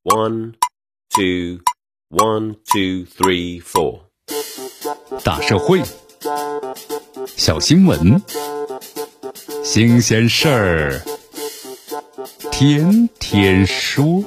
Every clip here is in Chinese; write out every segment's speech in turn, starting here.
1, 2, 1, 2, 3, 4。 大社会，小新闻，新鲜事儿，天天说。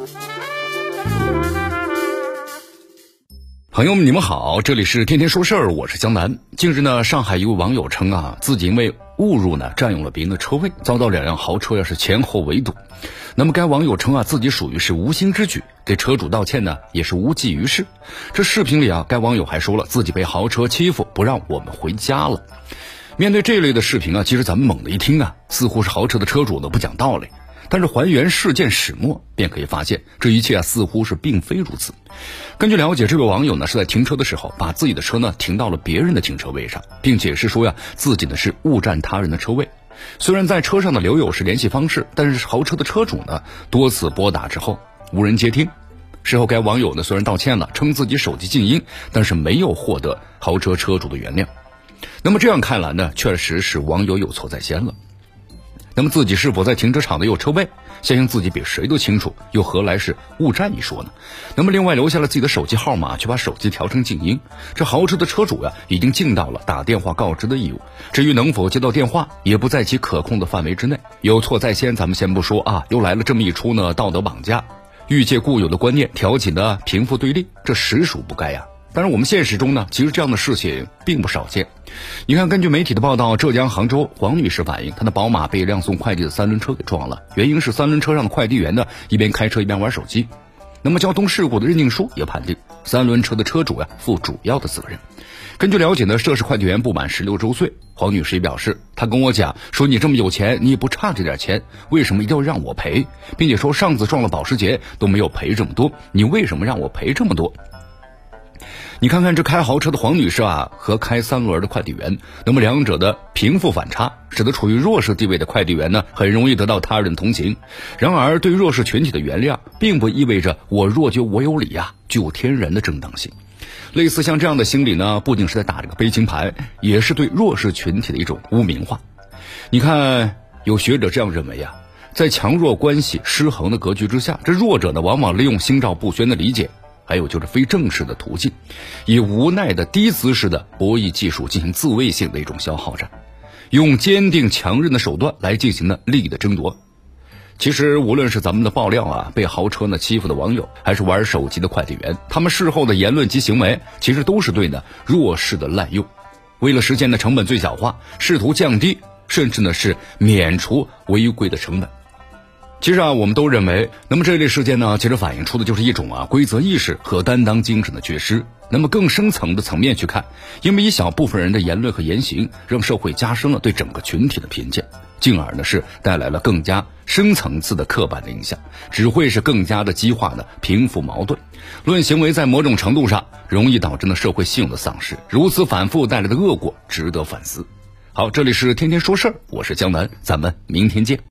朋友们，你们好，这里是天天说事儿，我是江南。近日呢，上海一位网友称自己因为误入呢占用了别人的车位，遭到2辆豪车是前后围堵。那么该网友称自己属于是无心之举，给车主道歉呢也是无济于事。这视频里该网友还说了自己被豪车欺负，不让我们回家了。面对这类的视频其实咱们猛地一听似乎是豪车的车主不讲道理。但是还原事件始末，便可以发现这一切似乎是并非如此。根据了解，这位网友是在停车的时候，把自己的车停到了别人的停车位上，并解释说自己是误占他人的车位。虽然在车上留有联系方式，但是豪车的车主多次拨打之后无人接听。事后该网友虽然道歉了，称自己手机静音，但是没有获得豪车车主的原谅。那么这样看来确实是网友有错在先了。那么自己是否在停车场的有车位，相信自己比谁都清楚，又何来是误占一说呢？那么另外留下了自己的手机号码，却把手机调成静音，这豪车的车主已经尽到了打电话告知的义务，至于能否接到电话，也不在其可控的范围之内。有错在先咱们先不说又来了这么一出道德绑架，欲借固有的观念挑起的贫富对立，这实属不该但是我们现实中其实这样的事情并不少见。你看，根据媒体的报道，浙江杭州黄女士反映，她的宝马被一辆送快递的3轮车给撞了，原因是3轮车上的快递员一边开车一边玩手机。那么交通事故的认定书也判定3轮车的车主负主要的责任。根据了解涉事快递员不满16周岁，黄女士也表示，她跟我讲说，你这么有钱，你也不差这点钱，为什么一定要让我赔，并且说上次撞了保时捷都没有赔这么多，你为什么让我赔这么多？你看看这开豪车的黄女士和开3轮的快递员，那么两者的贫富反差，使得处于弱势地位的快递员很容易得到他人同情。然而对弱势群体的原谅，并不意味着我弱就我有理具有天然的正当性。类似像这样的心理不仅是在打这个悲情牌，也是对弱势群体的一种污名化。你看，有学者这样认为在强弱关系失衡的格局之下，这弱者往往利用心照不宣的理解，还有就是非正式的途径，以无奈的低姿势的博弈技术进行自卫性的一种消耗战，用坚定强韧的手段来进行利益的争夺。其实无论是咱们的爆料被豪车欺负的网友，还是玩手机的快递员，他们事后的言论及行为，其实都是对弱势的滥用，为了实现成本最小化，试图降低甚至是免除违规的成本。其实我们都认为，那么这类事件其实反映出的就是一种规则意识和担当精神的缺失。那么更深层的层面去看，因为一小部分人的言论和言行，让社会加深了对整个群体的偏见，进而是带来了更加深层次的刻板的影响，只会是更加的激化贫富矛盾。论行为在某种程度上容易导致社会信用的丧失，如此反复带来的恶果值得反思。好，这里是天天说事儿，我是江南，咱们明天见。